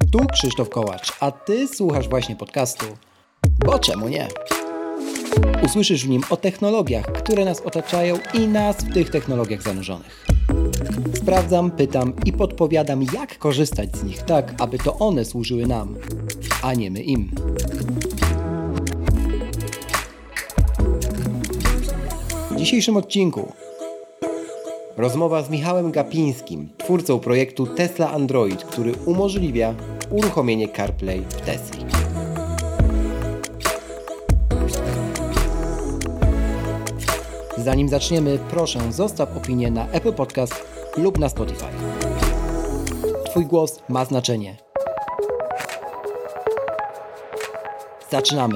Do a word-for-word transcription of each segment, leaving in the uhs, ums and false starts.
Tu Krzysztof Kołacz, a Ty słuchasz właśnie podcastu Bo czemu nie? Usłyszysz w nim o technologiach, które nas otaczają i nas w tych technologiach zanurzonych. Sprawdzam, pytam i podpowiadam, jak korzystać z nich tak, aby to one służyły nam, a nie my im. W dzisiejszym odcinku rozmowa z Michałem Gapińskim, twórcą projektu Tesla Android, który umożliwia uruchomienie CarPlay w Tesli. Zanim zaczniemy, proszę zostaw opinię na Apple Podcast lub na Spotify. Twój głos ma znaczenie. Zaczynamy!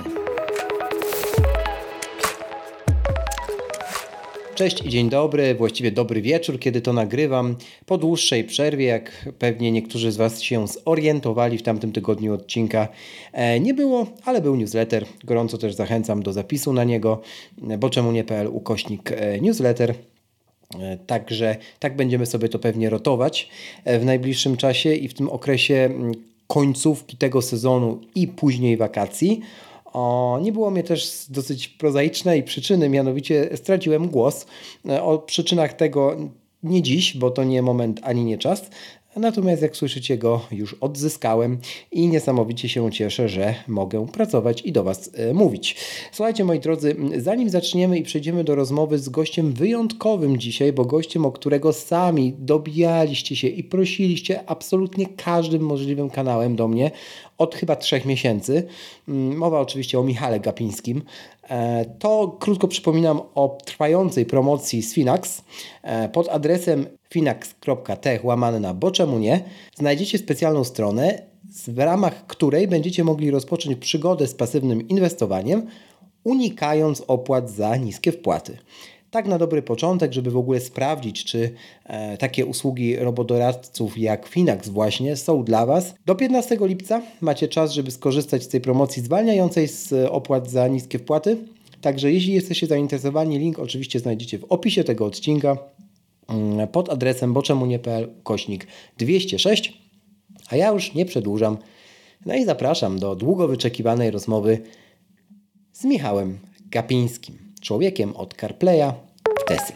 Cześć i dzień dobry, właściwie dobry wieczór, kiedy to nagrywam. Po dłuższej przerwie, jak pewnie niektórzy z Was się zorientowali, w tamtym tygodniu odcinka nie było, ale był newsletter. Gorąco też zachęcam do zapisu na niego, bo czemu nie .pl ukośnik newsletter. Także tak będziemy sobie to pewnie rotować w najbliższym czasie i w tym okresie końcówki tego sezonu i później wakacji. O, nie było mnie też z dosyć prozaicznej przyczyny, mianowicie straciłem głos. O przyczynach tego nie dziś, bo to nie moment ani nie czas. Natomiast jak słyszycie go już odzyskałem i niesamowicie się cieszę, że mogę pracować i do Was e, mówić. Słuchajcie moi drodzy, zanim zaczniemy i przejdziemy do rozmowy z gościem wyjątkowym dzisiaj, bo gościem, o którego sami dobijaliście się i prosiliście absolutnie każdym możliwym kanałem do mnie od chyba trzech miesięcy. Mowa oczywiście o Michale Gapińskim. To krótko przypominam o trwającej promocji z Finax. Pod adresem finax kropka tech łamane na bo czemu nie znajdziecie specjalną stronę, w ramach której będziecie mogli rozpocząć przygodę z pasywnym inwestowaniem, unikając opłat za niskie wpłaty. Tak na dobry początek, żeby w ogóle sprawdzić, czy e, takie usługi robodoradców jak Finax właśnie są dla Was. Do piętnastego lipca macie czas, żeby skorzystać z tej promocji zwalniającej z opłat za niskie wpłaty. Także jeśli jesteście zainteresowani, link oczywiście znajdziecie w opisie tego odcinka pod adresem bo czemu nie kropka pl ukośnik dwieście sześć. A ja już nie przedłużam. No i zapraszam do długo wyczekiwanej rozmowy z Michałem Gapińskim, człowiekiem od CarPlaya w Tesli.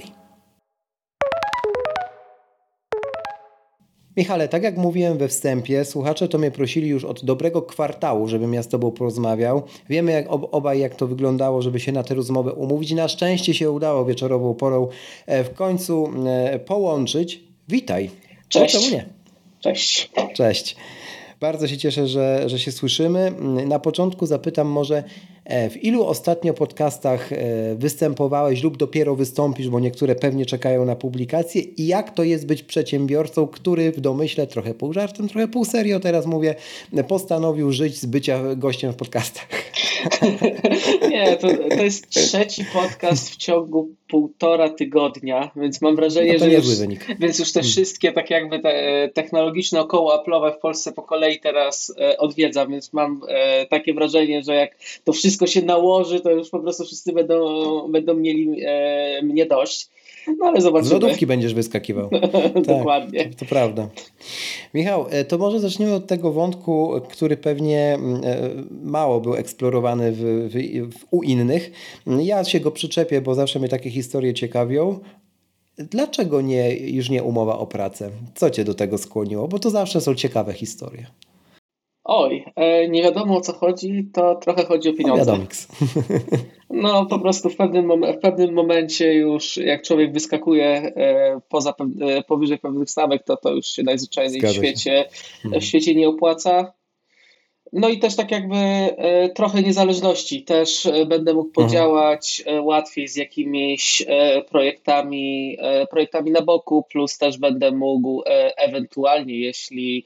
Michale, tak jak mówiłem we wstępie, słuchacze to mnie prosili już od dobrego kwartału, żebym ja z Tobą porozmawiał. Wiemy jak ob- obaj, jak to wyglądało, żeby się na tę rozmowę umówić. Na szczęście się udało wieczorową porą e, w końcu e, połączyć. Witaj. Cześć. O, czemu nie? Cześć. Cześć. Bardzo się cieszę, że, że się słyszymy. Na początku zapytam może, w ilu ostatnio podcastach występowałeś lub dopiero wystąpisz, bo niektóre pewnie czekają na publikację, i jak to jest być przedsiębiorcą, który w domyśle, trochę pół żartem, trochę pół serio teraz mówię, postanowił żyć z bycia gościem w podcastach? Nie, to, to jest trzeci podcast w ciągu półtora tygodnia, więc mam wrażenie, no to że już, wynik. Więc już te hmm. wszystkie tak jakby te technologiczne około Apple'owe w Polsce po kolei teraz e, odwiedzam, więc mam e, takie wrażenie, że jak to wszystko się nałoży, to już po prostu wszyscy będą, będą mieli e, mnie dość. No ale zobaczymy. Z lodówki będziesz wyskakiwał. Dokładnie. Tak, to, to prawda. Michał, to może zaczniemy od tego wątku, który pewnie mało był eksplorowany w, w, w, u innych. Ja się go przyczepię, bo zawsze mnie takie historie ciekawią. Dlaczego nie, już nie umowa o pracę? Co Cię do tego skłoniło? Bo to zawsze są ciekawe historie. Oj, nie wiadomo o co chodzi, to trochę chodzi o pieniądze. No po prostu w pewnym, mom- w pewnym momencie już jak człowiek wyskakuje poza pe- powyżej pewnych stawek, to to już się najzwyczajniej w świecie, w świecie nie opłaca. No i też tak jakby trochę niezależności. Też będę mógł podziałać mhm. łatwiej z jakimiś projektami, projektami na boku, plus też będę mógł ewentualnie, jeśli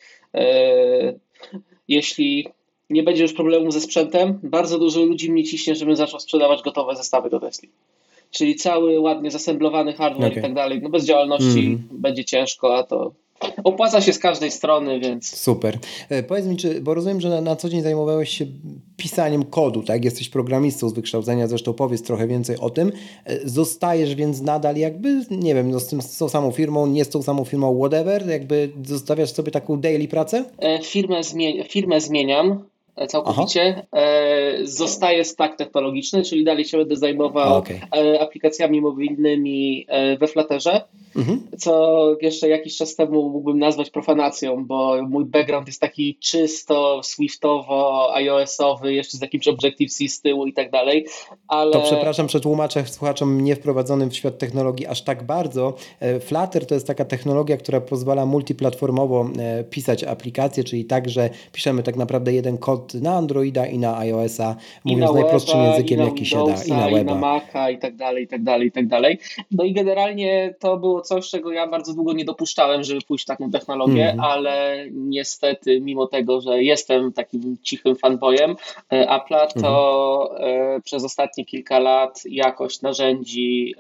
Jeśli nie będzie już problemu ze sprzętem, bardzo dużo ludzi mnie ciśnie, żebym zaczął sprzedawać gotowe zestawy do Tesli. Czyli cały ładnie zasemblowany hardware okay. i tak dalej. No bez działalności mm. będzie ciężko, a to Opłaca się z każdej strony, więc... Super. Powiedz mi, czy, bo rozumiem, że na, na co dzień zajmowałeś się pisaniem kodu, tak? Jesteś programistą z wykształcenia, zresztą powiedz trochę więcej o tym. Zostajesz więc nadal jakby, nie wiem, no z, tym, z tą samą firmą, nie z tą samą firmą, whatever, jakby zostawiasz sobie taką daily pracę? Firmę, zmieni- firmę zmieniam całkowicie. Aha. Zostaje stack technologiczny, czyli dalej się będę zajmował okay. aplikacjami mobilnymi we Flutterze, mhm. co jeszcze jakiś czas temu mógłbym nazwać profanacją, bo mój background jest taki czysto Swiftowo, iOS-owy, jeszcze z jakimś Objective-C z tyłu i tak dalej. Ale... To przepraszam, przetłumaczę słuchaczom niewprowadzonym w świat technologii aż tak bardzo. Flutter to jest taka technologia, która pozwala multiplatformowo pisać aplikacje, czyli tak, że piszemy tak naprawdę jeden kod na Androida i na iOS-a, mówiąc najprostszym językiem, jaki się da, i na weba, i na Maca i tak dalej, i tak dalej, i tak dalej. No i generalnie to było coś, czego ja bardzo długo nie dopuszczałem, żeby pójść w taką technologię, mm. ale niestety, mimo tego, że jestem takim cichym fanboyem Apple'a, to mm. przez ostatnie kilka lat jakość narzędzi,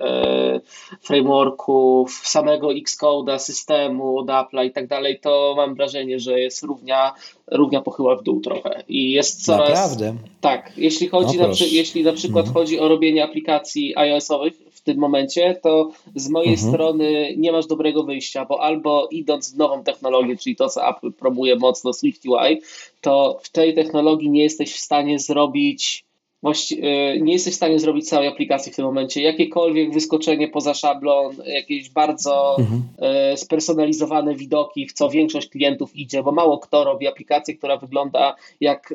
frameworków, samego Xcode'a, systemu od Apple'a i tak dalej, to mam wrażenie, że jest równia, równia pochyła w dół trochę. I jest coraz... Naprawdę? Tak, jeśli chodzi no na, jeśli na przykład mm. chodzi o robienie aplikacji iOS-owych w tym momencie, to z mojej mm-hmm. strony nie masz dobrego wyjścia, bo albo idąc w nową technologię, czyli to, co Apple promuje mocno, SwiftUI, to w tej technologii nie jesteś w stanie zrobić Właści- nie jesteś w stanie zrobić całej aplikacji w tym momencie. Jakiekolwiek wyskoczenie poza szablon, jakieś bardzo mhm. spersonalizowane widoki, w co większość klientów idzie, bo mało kto robi aplikację, która wygląda jak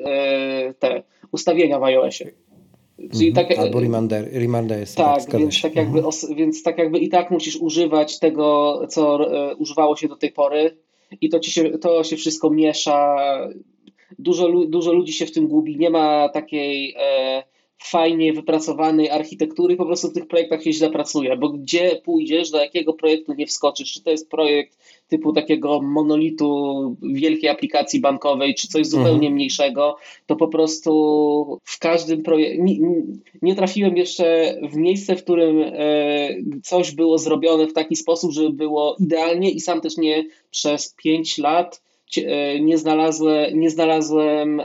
te ustawienia w iOSie. Czyli mhm. tak, albo reminder, reminders. Tak, tak więc, tak jakby, mhm. więc tak jakby i tak musisz używać tego, co używało się do tej pory i to, ci się, to się wszystko miesza. Dużo, dużo ludzi się w tym gubi, nie ma takiej e, fajnie wypracowanej architektury, po prostu w tych projektach się źle pracuje, bo gdzie pójdziesz, do jakiego projektu nie wskoczysz, czy to jest projekt typu takiego monolitu wielkiej aplikacji bankowej, czy coś zupełnie mhm. mniejszego, to po prostu w każdym projekcie, nie, nie trafiłem jeszcze w miejsce, w którym e, coś było zrobione w taki sposób, żeby było idealnie i sam też nie przez pięć lat Nie znalazłem, nie znalazłem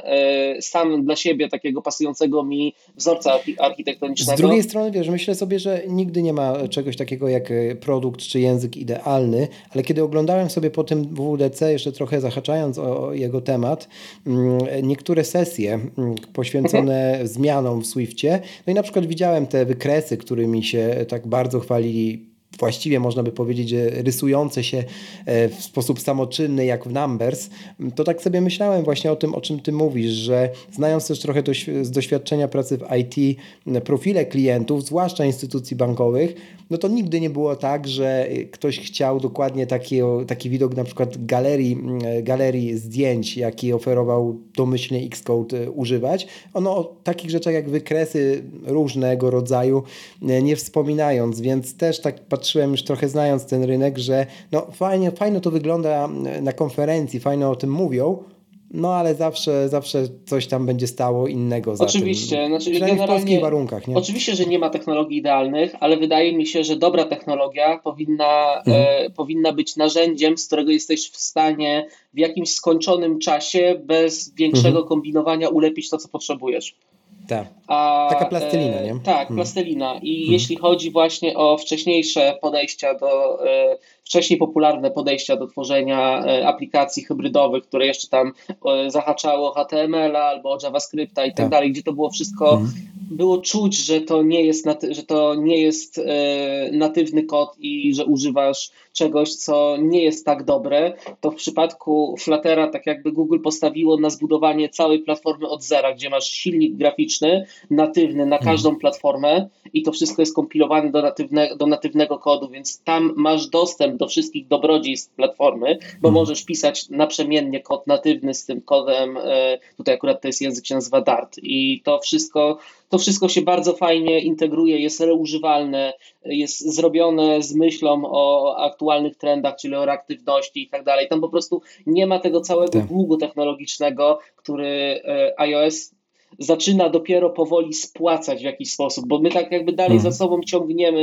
sam dla siebie takiego pasującego mi wzorca architektonicznego. Z drugiej strony, wiesz, myślę sobie, że nigdy nie ma czegoś takiego jak produkt czy język idealny, ale kiedy oglądałem sobie po tym W W D C, jeszcze trochę zahaczając o jego temat, niektóre sesje poświęcone mhm. zmianom w Swiftie, no i na przykład widziałem te wykresy, którymi się tak bardzo chwalili, właściwie można by powiedzieć, że rysujące się w sposób samoczynny jak w Numbers, to tak sobie myślałem właśnie o tym, o czym ty mówisz, że znając też trochę doś- z doświadczenia pracy w I T profile klientów, zwłaszcza instytucji bankowych, no to nigdy nie było tak, że ktoś chciał dokładnie taki, taki widok na przykład galerii, galerii zdjęć, jaki oferował domyślnie Xcode używać. Ono o takich rzeczach jak wykresy różnego rodzaju nie wspominając, więc też tak patrzyłem już trochę znając ten rynek, że no fajnie, fajnie to wygląda na konferencji, fajnie o tym mówią, no ale zawsze, zawsze coś tam będzie stało innego za oczywiście, tym. Znaczy, Przynajmniej w polskich warunkach. Nie? Oczywiście, że nie ma technologii idealnych, ale wydaje mi się, że dobra technologia powinna, mhm. e, powinna być narzędziem, z którego jesteś w stanie w jakimś skończonym czasie bez większego mhm. kombinowania ulepić to, co potrzebujesz. Tak. A, Taka plastelina, nie? E, tak, hmm. plastelina. I hmm. jeśli chodzi właśnie o wcześniejsze podejścia do, e, wcześniej popularne podejścia do tworzenia e, aplikacji hybrydowych, które jeszcze tam e, zahaczało o H T M L a albo o JavaScripta i tak, tak dalej, gdzie to było wszystko, hmm. było czuć, że to nie jest, naty- że to nie jest e, natywny kod i że używasz czegoś, co nie jest tak dobre, to w przypadku Fluttera tak jakby Google postawiło na zbudowanie całej platformy od zera, gdzie masz silnik graficzny, natywny na każdą hmm. platformę i to wszystko jest kompilowane do, natywne, do natywnego kodu, więc tam masz dostęp do wszystkich dobrodziejstw platformy, bo hmm. możesz pisać naprzemiennie kod natywny z tym kodem, tutaj akurat to jest język, się nazywa Dart i to wszystko To wszystko się bardzo fajnie integruje, jest reużywalne, jest zrobione z myślą o aktualnych trendach, czyli o reaktywności i tak dalej. Tam po prostu nie ma tego całego tak. długu technologicznego, który iOS zaczyna dopiero powoli spłacać w jakiś sposób, bo my tak jakby dalej hmm. za sobą ciągniemy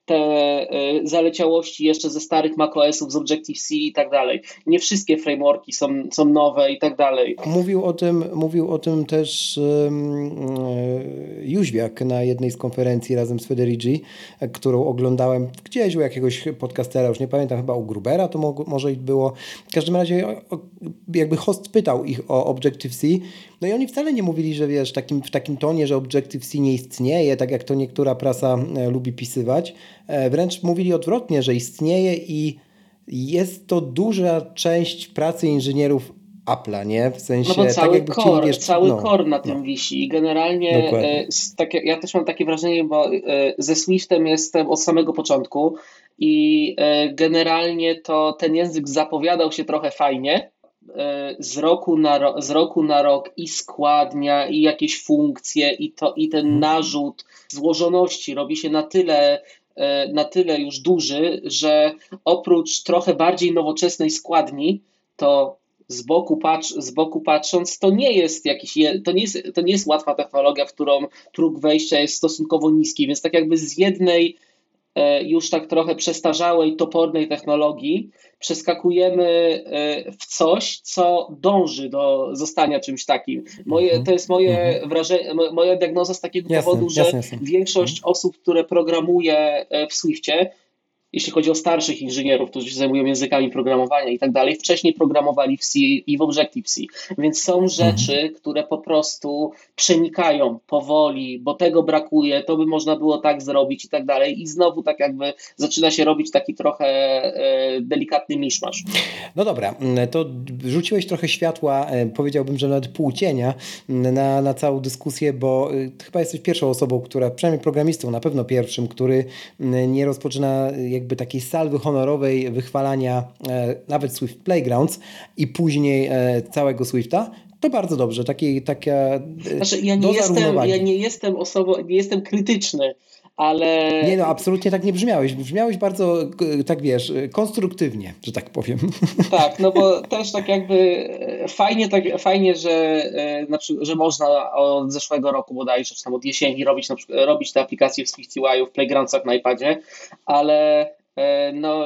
te zaleciałości jeszcze ze starych macOSów, z Objective-C i tak dalej. Nie wszystkie frameworki są, są nowe i tak dalej. Mówił o tym, mówił o tym też um, Jóźwiak na jednej z konferencji razem z Federici, którą oglądałem gdzieś u jakiegoś podcastera, już nie pamiętam, chyba u Grubera to mo- może ich było. W każdym razie o, jakby host pytał ich o Objective-C, no i oni wcale nie mówili, że wiesz, takim, w takim tonie, że Objective-C nie istnieje, tak jak to niektóra prasa e, lubi pisywać. E, wręcz mówili odwrotnie, że istnieje i jest to duża część pracy inżynierów Apple'a, nie? W sensie, no bo cały tak jakby core, chcieli, wiesz, cały no, core na tym no. wisi i generalnie e, takie, ja też mam takie wrażenie, bo e, ze Swiftem jestem od samego początku i e, generalnie to ten język zapowiadał się trochę fajnie, z roku na rok, z roku na rok i składnia, i jakieś funkcje, i, to, i ten narzut złożoności robi się na tyle, na tyle już duży, że oprócz trochę bardziej nowoczesnej składni, to z boku, patrz, z boku patrząc, to nie jest jakiś, to nie jest, to nie jest łatwa technologia, w którą próg wejścia jest stosunkowo niski, więc tak jakby z jednej już tak trochę przestarzałej, topornej technologii przeskakujemy w coś, co dąży do zostania czymś takim. Moje, to jest moje wrażenie, moja diagnoza z takiego jasne, powodu, że jasne, jasne. większość osób, które programuje w Swiftie, jeśli chodzi o starszych inżynierów, którzy się zajmują językami programowania i tak dalej, wcześniej programowali w C i w Objective-C. Więc są rzeczy, mhm. które po prostu przenikają powoli, bo tego brakuje, to by można było tak zrobić i tak dalej. I znowu tak jakby zaczyna się robić taki trochę e, delikatny miszmasz. No dobra, to rzuciłeś trochę światła, powiedziałbym, że nawet pół cienia na, na całą dyskusję, bo chyba jesteś pierwszą osobą, która, przynajmniej programistą, na pewno pierwszym, który nie rozpoczyna jakby takiej salwy honorowej wychwalania e, nawet Swift Playgrounds i później e, całego Swifta. To bardzo dobrze, taki, taka znaczy, ja nie jestem, ja nie jestem osobą, nie jestem krytyczny, ale... Nie no, absolutnie tak nie brzmiałeś. Brzmiałeś bardzo, tak wiesz, konstruktywnie, że tak powiem. Tak, no bo też tak jakby fajnie, tak, fajnie że, na przykład, że można od zeszłego roku bodajże, czy tam od jesieni robić, na przykład, robić te aplikacje w SwiftUI w Playgroundsach na iPadzie, ale no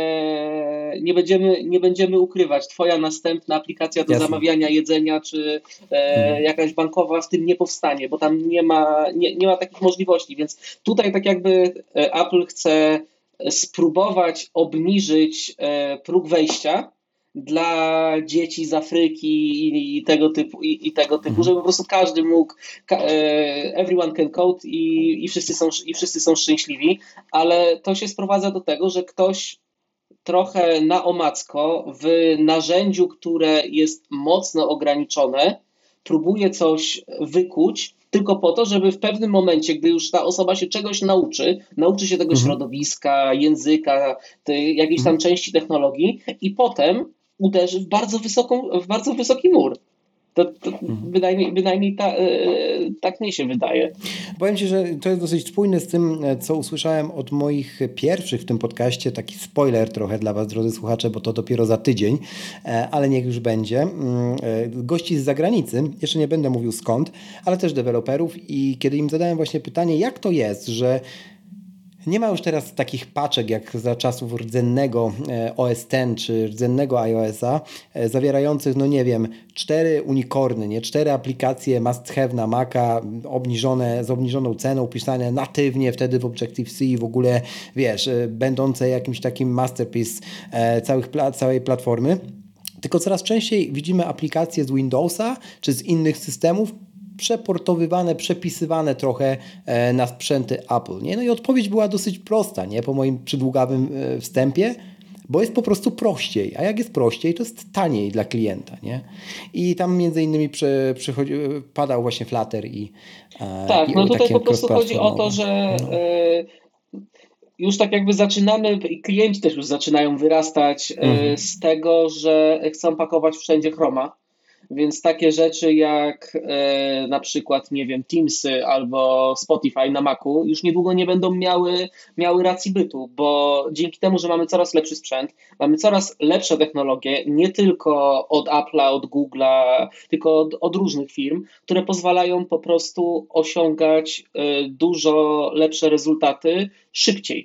nie, nie, będziemy, nie będziemy ukrywać. Twoja następna aplikacja do Jasne. zamawiania jedzenia, czy e, jakaś bankowa w tym nie powstanie, bo tam nie ma, nie, nie ma takich możliwości, więc tutaj tak jakby Apple chce spróbować obniżyć e, próg wejścia dla dzieci z Afryki i, i tego typu, i, i tego typu, żeby po prostu każdy mógł, everyone can code i, i, wszyscy są, i wszyscy są szczęśliwi, ale to się sprowadza do tego, że ktoś trochę na omacko w narzędziu, które jest mocno ograniczone, próbuje coś wykuć tylko po to, żeby w pewnym momencie, gdy już ta osoba się czegoś nauczy, nauczy się tego mhm. środowiska, języka, tej, jakiejś tam mhm. części technologii i potem uderzy w bardzo, wysoką, w bardzo wysoki mur. To, to mhm. bynajmniej, bynajmniej ta, yy, tak mi się wydaje. Powiem Ci, że to jest dosyć spójne z tym, co usłyszałem od moich pierwszych w tym podcaście. Taki spoiler trochę dla Was, drodzy słuchacze, bo to dopiero za tydzień, ale niech już będzie. Gości z zagranicy, jeszcze nie będę mówił skąd, ale też deweloperów i kiedy im zadałem właśnie pytanie, jak to jest, że nie ma już teraz takich paczek jak za czasów rdzennego O S X czy rdzennego iOS-a, zawierających, no nie wiem, cztery unikorny, nie? Cztery aplikacje must have na Maca, obniżone, z obniżoną ceną, pisane natywnie wtedy w Objective-C i w ogóle, wiesz, będące jakimś takim masterpiece całych, całej platformy. Tylko coraz częściej widzimy aplikacje z Windowsa czy z innych systemów, przeportowywane, przepisywane trochę na sprzęty Apple. Nie? No i odpowiedź była dosyć prosta, nie? Po moim przydługawym wstępie, bo jest po prostu prościej. A jak jest prościej, to jest taniej dla klienta. Nie? I tam między innymi przy, przychodzi, padał właśnie Flutter i Tak, i no tutaj po prostu chodzi o to, że no. już tak jakby zaczynamy, i klienci też już zaczynają wyrastać mhm. z tego, że chcą pakować wszędzie Chroma. Więc takie rzeczy jak e, na przykład, nie wiem, Teamsy albo Spotify na Macu już niedługo nie będą miały, miały racji bytu, bo dzięki temu, że mamy coraz lepszy sprzęt, mamy coraz lepsze technologie, nie tylko od Apple'a, od Google'a, tylko od, od różnych firm, które pozwalają po prostu osiągać e, dużo lepsze rezultaty szybciej.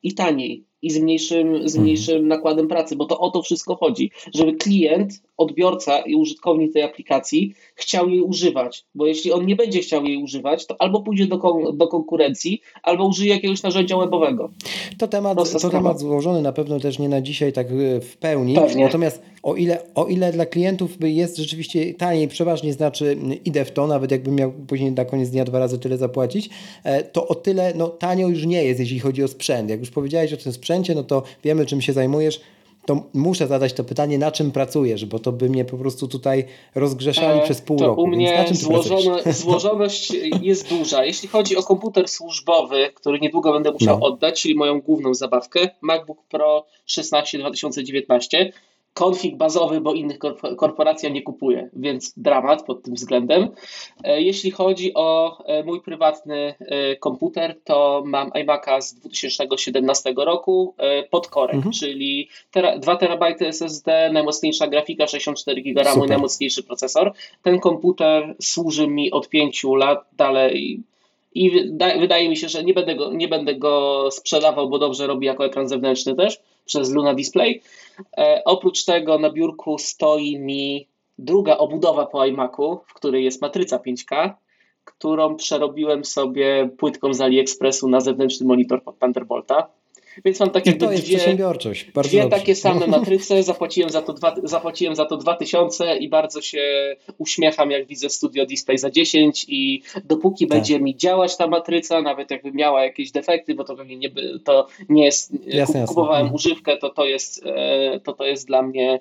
i taniej i z mniejszym, z mniejszym nakładem pracy, bo to o to wszystko chodzi, żeby klient, odbiorca i użytkownik tej aplikacji chciał jej używać, bo jeśli on nie będzie chciał jej używać, to albo pójdzie do, kon- do konkurencji, albo użyje jakiegoś narzędzia webowego. To temat, to temat złożony na pewno też nie na dzisiaj tak w pełni. Pewnie. Natomiast o ile, o ile dla klientów jest rzeczywiście taniej, przeważnie znaczy idę w to, nawet jakbym miał później na koniec dnia dwa razy tyle zapłacić, to o tyle no, tanio już nie jest, jeśli chodzi o sprzęt. Jak już powiedziałeś o tym sprzęcie, no to wiemy, czym się zajmujesz. To muszę zadać to pytanie, na czym pracujesz, bo to by mnie po prostu tutaj rozgrzeszali e, przez pół to roku. U mnie na czym złożone, złożoność jest duża. Jeśli chodzi o komputer służbowy, który niedługo będę musiał no. oddać, czyli moją główną zabawkę, MacBook Pro szesnaście dwa tysiące dziewiętnaście, konfig bazowy, bo innych korporacja nie kupuje, więc dramat pod tym względem. Jeśli chodzi o mój prywatny komputer, to mam iMac'a z dwa tysiące siedemnastego roku pod korek, mhm. czyli tera, dwa terabajty S S D, najmocniejsza grafika, sześćdziesiąt cztery giga ramu i najmocniejszy procesor. Ten komputer służy mi od pięciu lat dalej i wydaje mi się, że nie będę go, nie będę go sprzedawał, bo dobrze robi jako ekran zewnętrzny też przez Luna Display. E, oprócz tego na biurku stoi mi druga obudowa po iMacu, w której jest matryca pięć K, którą przerobiłem sobie płytką z AliExpressu na zewnętrzny monitor pod Thunderbolta. Więc mam takie to jest dwie, przedsiębiorczość. Bardzo dwie dobrze. takie same matryce, zapłaciłem za to dwa, zapłaciłem za to dwa tysiące i bardzo się uśmiecham, jak widzę Studio Display za dziesięć i dopóki tak. będzie mi działać ta matryca, nawet jakby miała jakieś defekty, bo to pewnie nie, to nie jest, jasne, kupowałem jasne. używkę, to to jest, to to jest dla mnie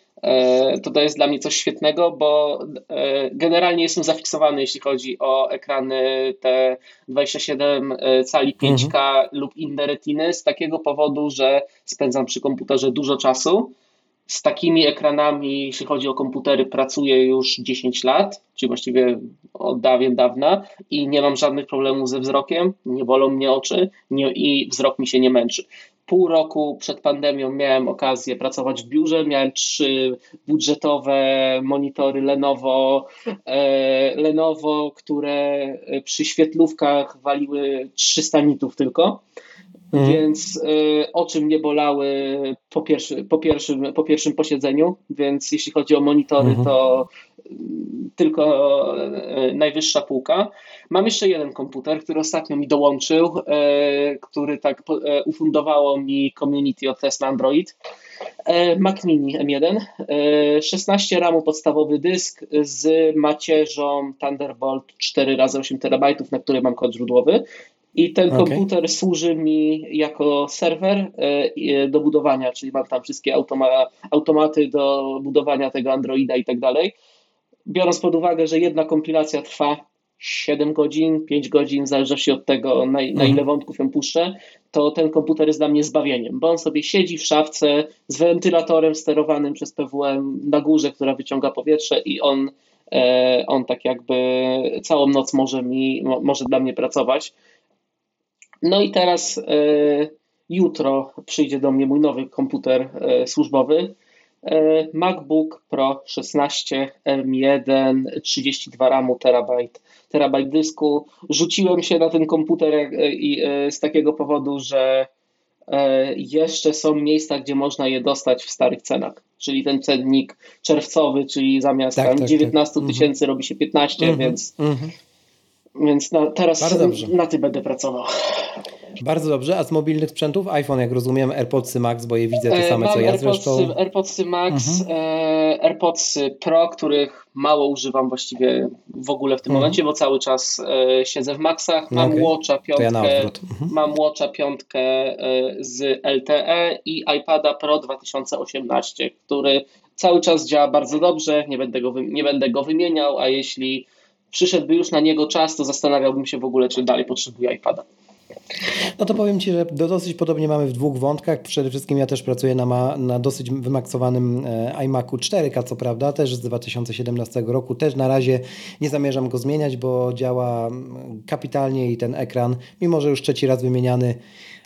to to jest dla mnie coś świetnego, bo generalnie jestem zafiksowany, jeśli chodzi o ekrany te dwadzieścia siedem cali pięć K mhm. lub inne retiny, z takiego powodu, że spędzam przy komputerze dużo czasu. Z takimi ekranami, jeśli chodzi o komputery, pracuję już dziesięć lat, czyli właściwie od dawien dawna i nie mam żadnych problemów ze wzrokiem, nie bolą mnie oczy nie, i wzrok mi się nie męczy. Pół roku przed pandemią miałem okazję pracować w biurze, miałem trzy budżetowe monitory Lenovo, e, Lenovo, które przy świetlówkach waliły trzysta nitów tylko. Mhm. Więc y, oczy mnie bolały po, pierwszy, po, pierwszym, po pierwszym posiedzeniu, więc jeśli chodzi o monitory, mhm. to y, tylko y, najwyższa półka. Mam jeszcze jeden komputer, który ostatnio mi dołączył, y, który tak y, ufundowało mi community od Tesla Android. Y, Mac Mini M jeden, y, szesnaście ramu podstawowy dysk z macierzą Thunderbolt cztery razy osiem terabajtów, na której mam kod źródłowy. I ten okay. komputer służy mi jako serwer do budowania, czyli mam tam wszystkie automa- automaty do budowania tego Androida i tak dalej. Biorąc pod uwagę, że jedna kompilacja trwa siedem godzin, pięć godzin, w zależności od tego, na, na ile wątków ją puszczę, to ten komputer jest dla mnie zbawieniem, bo on sobie siedzi w szafce z wentylatorem sterowanym przez P W M na górze, która wyciąga powietrze i on, e, on tak jakby całą noc może, mi, może dla mnie pracować. No i teraz e, jutro przyjdzie do mnie mój nowy komputer e, służbowy, e, MacBook Pro szesnaście M jeden, trzydzieści dwa ramu, terabajt, terabajt dysku. Rzuciłem się na ten komputer e, i, e, z takiego powodu, że e, jeszcze są miejsca, gdzie można je dostać w starych cenach. Czyli ten cennik czerwcowy, czyli zamiast tak, tam tak, dziewiętnaście tysięcy tak. robi się piętnaście, mm-hmm, więc... Mm-hmm. Więc na, teraz na tym będę pracował. Bardzo dobrze. A z mobilnych sprzętów? iPhone, jak rozumiem, AirPodsy Max, bo je widzę te same, Mam co ja AirPodsy, zresztą. AirPodsy Max, mhm. e, AirPodsy Pro, których mało używam właściwie w ogóle w tym mhm. momencie, bo cały czas e, siedzę w Maxach. Mam okay. Watcha piątkę, ja mhm. mam Watcha piątkę e, z L T E i iPada Pro dwa tysiące osiemnaście, który cały czas działa bardzo dobrze, nie będę go, wy, nie będę go wymieniał, a jeśli przyszedłby już na niego czas, to zastanawiałbym się w ogóle, czy dalej potrzebuję iPada. No to powiem Ci, że dosyć podobnie mamy w dwóch wątkach. Przede wszystkim ja też pracuję na, ma, na dosyć wymaksowanym e, iMacu cztery K, co prawda, też z dwa tysiące siedemnastego roku. Też na razie nie zamierzam go zmieniać, bo działa kapitalnie i ten ekran, mimo że już trzeci raz wymieniany,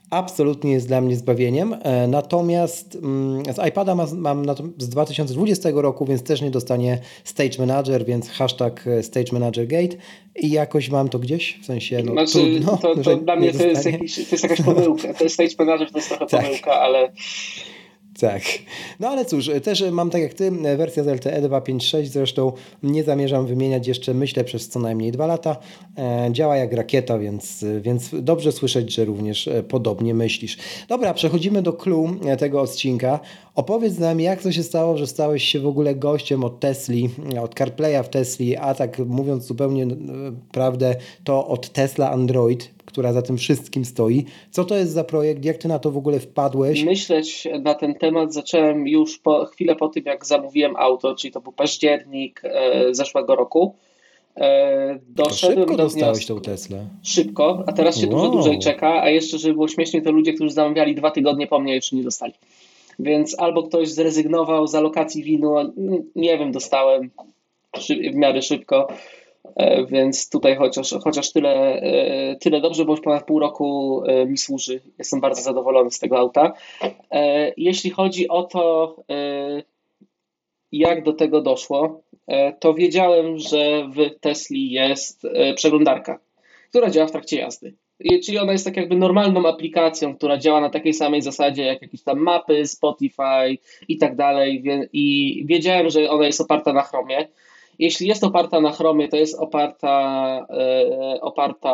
absolutnie jest dla mnie zbawieniem. Natomiast z iPada mam z dwa tysiące dwudziestego roku, więc też nie dostanie Stage Manager, więc hashtag Stage Manager Gate i jakoś mam to gdzieś, w sensie no znaczy, trudno, to, to dla mnie to jest, jakiś, to jest jakaś pomyłka. To jest Stage Manager, to jest trochę tak. pomyłka, ale... Tak. No ale cóż, też mam tak jak ty, wersja z L T E dwa pięć sześć, zresztą nie zamierzam wymieniać jeszcze, myślę, przez co najmniej dwa lata. E, działa jak rakieta, więc, więc dobrze słyszeć, że również podobnie myślisz. Dobra, przechodzimy do clue tego odcinka. Opowiedz nam, jak to się stało, że stałeś się w ogóle gościem od Tesli, od CarPlaya w Tesli, a tak mówiąc zupełnie prawdę, to od Tesla Android, która za tym wszystkim stoi. Co to jest za projekt? Jak ty na to w ogóle wpadłeś? Myśleć na ten temat zacząłem już po, chwilę po tym, jak zamówiłem auto, czyli to był październik e, zeszłego roku. E, doszedłem szybko do dostałeś wniosku, tą Teslę. Szybko, a teraz się wow. dużo dłużej czeka, a jeszcze, żeby było śmiesznie, to ludzie, którzy zamawiali dwa tygodnie po mnie, jeszcze nie dostali. Więc albo ktoś zrezygnował z alokacji winu, nie wiem, dostałem w miarę szybko. Więc tutaj chociaż, chociaż tyle, tyle dobrze, bo już ponad pół roku mi służy. Jestem bardzo zadowolony z tego auta. Jeśli chodzi o to, jak do tego doszło, to wiedziałem, że w Tesli jest przeglądarka, która działa w trakcie jazdy. Czyli ona jest tak jakby normalną aplikacją, która działa na takiej samej zasadzie jak jakieś tam mapy, Spotify i tak dalej. I wiedziałem, że ona jest oparta na Chromie. Jeśli jest oparta na Chromie, to jest oparta, e, oparta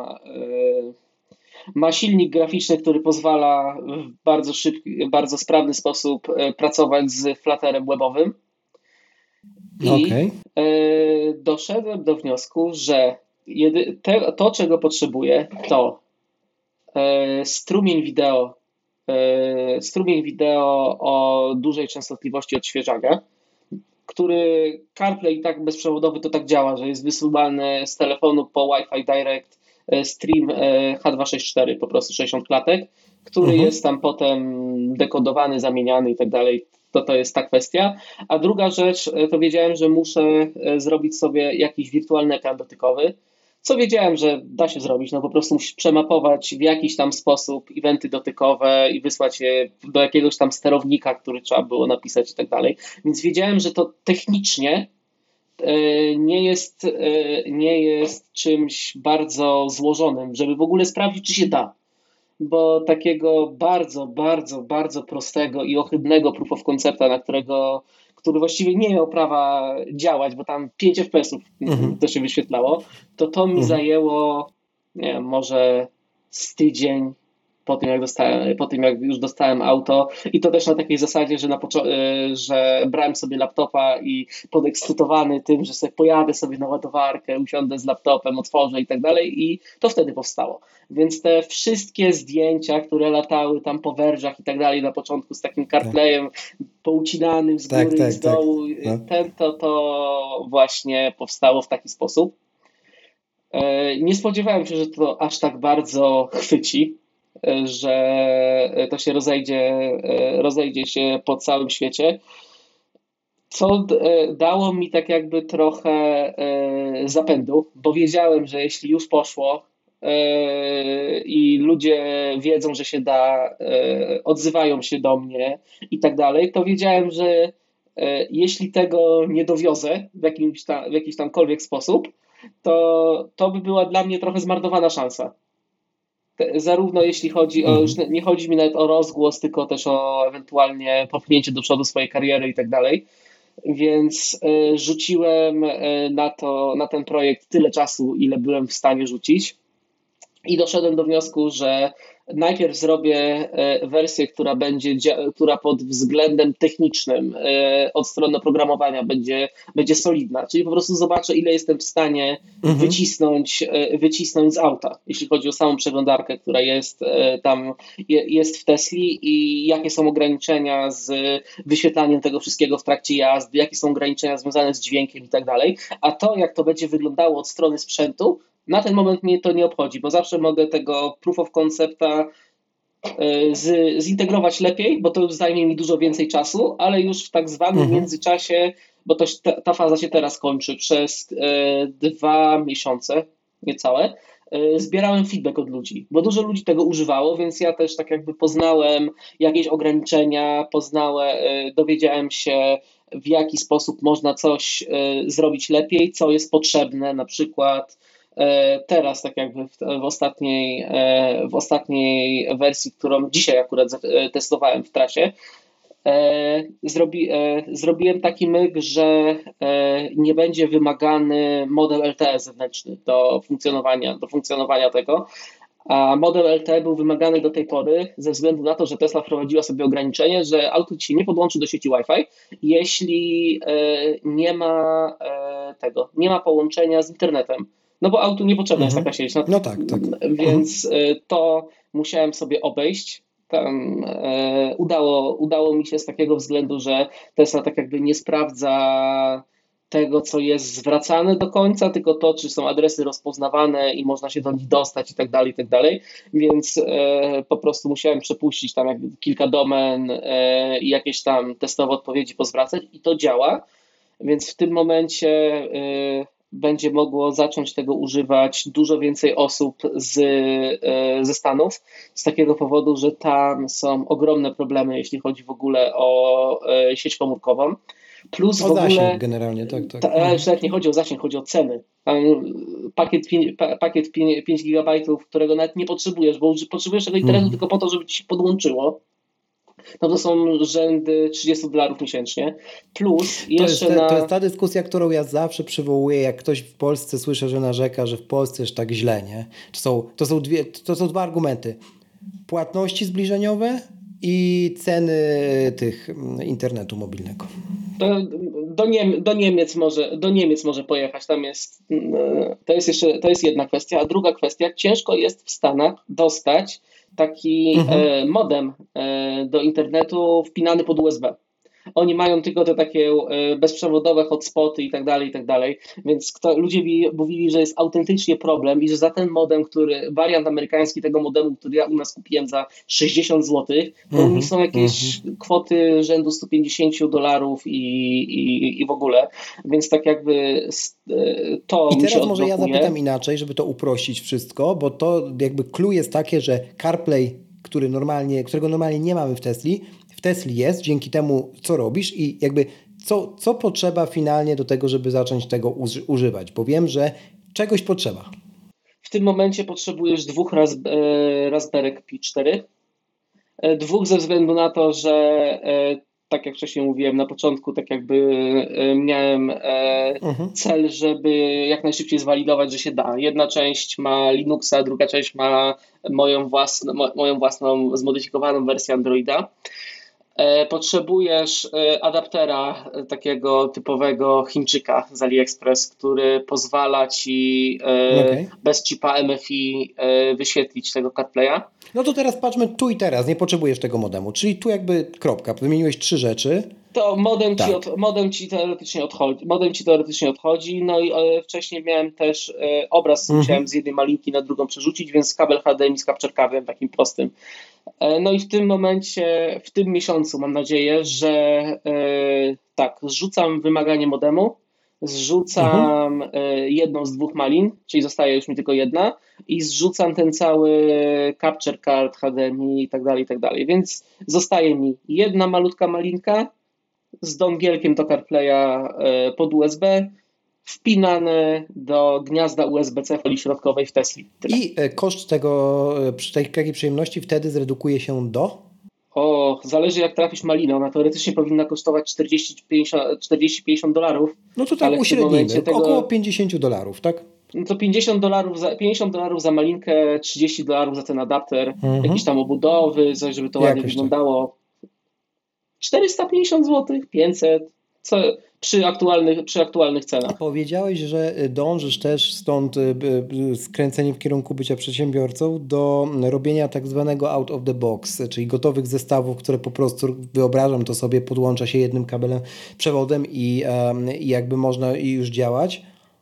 e, ma silnik graficzny, który pozwala w bardzo szybki, bardzo sprawny sposób pracować z Flutterem webowym. I okay. e, doszedłem do wniosku, że jedy, te, to, czego potrzebuję, to e, strumień wideo, e, strumień wideo o dużej częstotliwości odświeżania, który CarPlay i tak bezprzewodowy to tak działa, że jest wysuwalny z telefonu po Wi-Fi Direct stream H dwieście sześćdziesiąt cztery, po prostu sześćdziesiąt klatek, który mhm. jest tam potem dekodowany, zamieniany i tak dalej. To, to jest ta kwestia. A druga rzecz, to wiedziałem, że muszę zrobić sobie jakiś wirtualny ekran dotykowy, co wiedziałem, że da się zrobić. No po prostu musisz przemapować w jakiś tam sposób eventy dotykowe i wysłać je do jakiegoś tam sterownika, który trzeba było napisać i tak dalej. Więc wiedziałem, że to technicznie nie jest, nie jest czymś bardzo złożonym, żeby w ogóle sprawdzić, czy się da. Bo takiego bardzo, bardzo, bardzo prostego i ohydnego proof of concepta, na którego, który właściwie nie miał prawa działać, bo tam pięć F P S ów mhm. to się wyświetlało, to to mi mhm. zajęło, nie wiem, może z tydzień po tym, jak dostałem, po tym, jak już dostałem auto. I to też na takiej zasadzie, że, na poczo- że brałem sobie laptopa i podekscytowany tym, że sobie pojadę sobie na ładowarkę, usiądę z laptopem, otworzę i tak dalej. I to wtedy powstało. Więc te wszystkie zdjęcia, które latały tam po Verge'ach i tak dalej na początku z takim CarPlayem poucinanym z góry tak, tak, i z dołu, tak. ten, to, to właśnie powstało w taki sposób. Nie spodziewałem się, że to aż tak bardzo chwyci, że to się rozejdzie, rozejdzie się po całym świecie, co dało mi tak jakby trochę zapędu, bo wiedziałem, że jeśli już poszło i ludzie wiedzą, że się da, odzywają się do mnie i tak dalej, to wiedziałem, że jeśli tego nie dowiozę w jakimś tam, w jakiś tamkolwiek sposób, to, to by była dla mnie trochę zmarnowana szansa. Zarówno jeśli chodzi o, już nie chodzi mi nawet o rozgłos, tylko też o ewentualnie popchnięcie do przodu swojej kariery i tak dalej. Więc rzuciłem na to, na ten projekt tyle czasu, ile byłem w stanie rzucić. I doszedłem do wniosku, że najpierw zrobię wersję, która będzie, która pod względem technicznym od strony oprogramowania będzie, będzie solidna, czyli po prostu zobaczę, ile jestem w stanie mhm. wycisnąć, wycisnąć z auta, jeśli chodzi o samą przeglądarkę, która jest tam, jest w Tesli i jakie są ograniczenia z wyświetlaniem tego wszystkiego w trakcie jazdy, jakie są ograniczenia związane z dźwiękiem i tak dalej, a to, jak to będzie wyglądało od strony sprzętu, na ten moment mnie to nie obchodzi, bo zawsze mogę tego proof of concepta z, zintegrować lepiej, bo to już zajmie mi dużo więcej czasu, ale już w tak zwanym mhm. międzyczasie, bo to, ta, ta faza się teraz kończy przez e, dwa miesiące, niecałe, zbierałem feedback od ludzi, bo dużo ludzi tego używało, więc ja też tak jakby poznałem jakieś ograniczenia, poznałem, dowiedziałem się, w jaki sposób można coś zrobić lepiej, co jest potrzebne, na przykład teraz, tak jakby w, w, ostatniej, w ostatniej wersji, którą dzisiaj akurat testowałem w trasie, Zrobi, zrobiłem taki myk, że nie będzie wymagany model L T E zewnętrzny do funkcjonowania, do funkcjonowania tego, a model L T E był wymagany do tej pory ze względu na to, że Tesla wprowadziła sobie ograniczenie, że auto ci się nie podłączy do sieci Wi-Fi, jeśli nie ma tego, nie ma połączenia z internetem. No bo autu niepotrzebna mhm. jest taka sieć. No, no tak, tak. Więc mhm. to musiałem sobie obejść. Tam e, udało, udało mi się z takiego względu, że Tesla tak jakby nie sprawdza tego, co jest zwracane do końca, tylko to, czy są adresy rozpoznawane i można się do nich dostać i tak dalej, i tak dalej. Więc e, po prostu musiałem przepuścić tam jakby kilka domen e, i jakieś tam testowe odpowiedzi pozwracać i to działa. Więc w tym momencie e, będzie mogło zacząć tego używać dużo więcej osób z, ze Stanów, z takiego powodu, że tam są ogromne problemy, jeśli chodzi w ogóle o sieć komórkową. Plus o w ogóle, zasięg generalnie, tak, tak. Ta, nawet nie chodzi o zasięg, chodzi o ceny. Tam pakiet, pakiet pięć gigabajtów, którego nawet nie potrzebujesz, bo potrzebujesz tego internetu hmm. tylko po to, żeby ci się podłączyło. No to są rzędy trzydzieści dolarów miesięcznie. Plus jeszcze to jest, te, na... to jest ta dyskusja, którą ja zawsze przywołuję, jak ktoś w Polsce słyszę, że narzeka, że w Polsce jest tak źle, nie? To są, to są, dwie, to są dwa argumenty. Płatności zbliżeniowe i ceny tych internetu mobilnego. Do, do, Niem, do, Niemiec może, do Niemiec może pojechać. Tam jest, to jest jeszcze, to jest jedna kwestia. A druga kwestia, ciężko jest w Stanach dostać taki mhm. modem do internetu wpinany pod U S B. Oni mają tylko te takie bezprzewodowe hotspoty i tak dalej, i tak dalej, więc kto, ludzie mówili, że jest autentycznie problem i że za ten modem, który, wariant amerykański tego modemu, który ja u nas kupiłem za sześćdziesiąt złotych, to mm-hmm, są jakieś mm-hmm. kwoty rzędu sto pięćdziesiąt dolarów i, i, i w ogóle, więc tak jakby to I mi się teraz może odblokuje. Ja zapytam inaczej, żeby to uprościć wszystko, bo to jakby clue jest takie, że CarPlay, który normalnie, którego normalnie nie mamy w Tesli, w Tesli jest, dzięki temu co robisz i jakby co, co potrzeba finalnie do tego, żeby zacząć tego uży, używać, bo wiem, że czegoś potrzeba. W tym momencie potrzebujesz dwóch raz, e, Raspberry Pi cztery, e, dwóch ze względu na to, że e, tak jak wcześniej mówiłem na początku, tak jakby e, miałem e, mhm. cel, żeby jak najszybciej zwalidować, że się da. Jedna część ma Linuxa, druga część ma moją własną, moją własną zmodyfikowaną wersję Androida. Potrzebujesz adaptera takiego typowego Chińczyka z AliExpress, który pozwala ci okay. bez chipa M F I wyświetlić tego CarPlaya. No to teraz patrzmy tu i teraz, nie potrzebujesz tego modemu, czyli tu jakby kropka, wymieniłeś trzy rzeczy. To modem, tak. ci, od, modem ci teoretycznie odchodzi, modem ci teoretycznie odchodzi, no i e, wcześniej miałem też e, obraz, mhm. musiałem z jednej malinki na drugą przerzucić, więc kabel H D M I z capture cardem takim prostym. E, no i w tym momencie, w tym miesiącu mam nadzieję, że e, tak, zrzucam wymaganie modemu, zrzucam mhm. e, jedną z dwóch malin, czyli zostaje już mi tylko jedna i zrzucam ten cały capture card, H D M I i tak dalej, i tak dalej, więc zostaje mi jedna malutka malinka z dongielkiem do CarPlaya pod U S B, wpinane do gniazda U S B C folii środkowej w Tesli. Tyle. I koszt tego, przy tej takiej przyjemności wtedy zredukuje się do? O, zależy jak trafisz malinę. Ona teoretycznie powinna kosztować czterdzieści pięćdziesiąt dolarów. No to tak uśrednimy, tego... około pięćdziesiąt dolarów, tak? No to pięćdziesiąt dolarów za, pięćdziesiąt dolarów za malinkę, trzydzieści dolarów za ten adapter, mhm. jakieś tam obudowy, coś, żeby to ładnie wyglądało. czterysta pięćdziesiąt złotych, pięćset, co przy aktualnych, przy aktualnych cenach. Powiedziałeś, że dążysz też stąd skręcenie w kierunku bycia przedsiębiorcą do robienia tak zwanego out of the box, czyli gotowych zestawów, które po prostu, wyobrażam to sobie, podłącza się jednym kabelem, przewodem i, i jakby można już działać.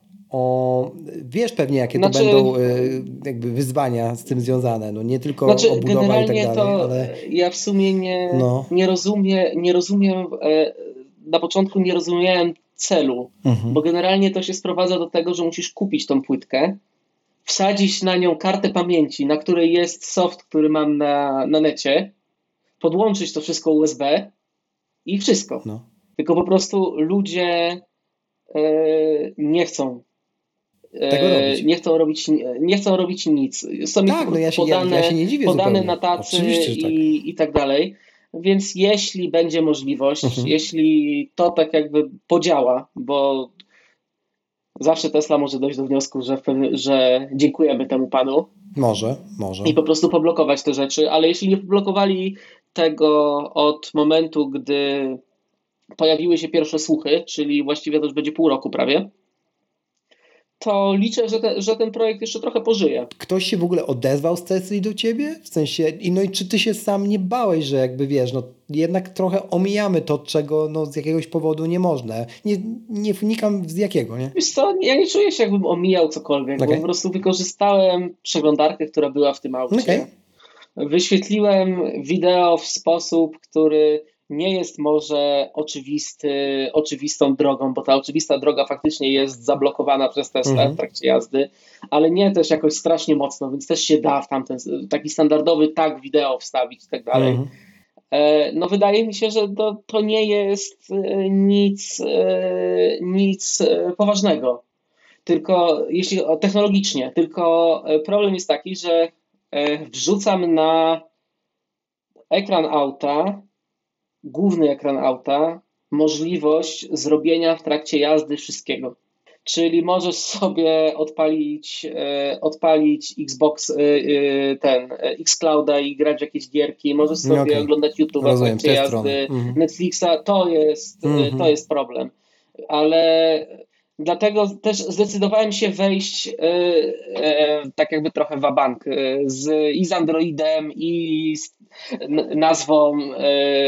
O, wiesz pewnie, jakie to znaczy, będą jakby wyzwania z tym związane, no nie tylko znaczy, obudowa i tak dalej. To ale... Ja w sumie nie, no. nie, rozumie, nie rozumiem, na początku nie rozumiałem celu, mhm. bo generalnie to się sprowadza do tego, że musisz kupić tą płytkę wsadzić na nią kartę pamięci, na której jest soft, który mam na, na necie, podłączyć to wszystko U S B i wszystko. No. Tylko po prostu ludzie e, nie chcą tego robić. Nie chcą robić, nie chcą robić nic. Są tak, no ja się, podane, ja, ja się nie dziwię podane zupełnie. na tacy i, tak. i tak dalej. Więc jeśli będzie możliwość, mhm. jeśli to tak jakby podziała, bo zawsze Tesla może dojść do wniosku, że, pewne, że dziękujemy temu panu. Może, może. I po prostu poblokować te rzeczy, ale jeśli nie poblokowali tego od momentu, gdy pojawiły się pierwsze słuchy, czyli właściwie to już będzie pół roku prawie, to liczę, że, te, że ten projekt jeszcze trochę pożyje. Ktoś się w ogóle odezwał z Tesli do ciebie? W sensie, no i czy ty się sam nie bałeś, że jakby wiesz, no jednak trochę omijamy to, czego no z jakiegoś powodu nie można. Nie, nie wnikam z jakiego, nie? Wiesz co, ja nie czuję się, jakbym omijał cokolwiek, okay. bo po prostu wykorzystałem przeglądarkę, która była w tym aucie. Okay. Wyświetliłem wideo w sposób, który nie jest może oczywisty, oczywistą drogą, bo ta oczywista droga faktycznie jest zablokowana przez Tesla mhm. w trakcie jazdy, ale nie też jakoś strasznie mocno, więc też się da w tamten taki standardowy tag wideo wstawić i tak dalej. Mhm. No wydaje mi się, że to, to nie jest nic, nic poważnego, tylko jeśli technologicznie, tylko problem jest taki, że wrzucam na ekran auta, główny ekran auta, możliwość zrobienia w trakcie jazdy wszystkiego. Czyli możesz sobie odpalić, e, odpalić Xbox, e, ten e, Xclouda i grać w jakieś gierki, możesz sobie okay. oglądać YouTube'a w trakcie jazdy, mhm. Netflixa, to jest, mhm. to jest problem. Ale dlatego też zdecydowałem się wejść e, e, tak jakby trochę wabank e, z, i z Androidem, i z nazwą, e,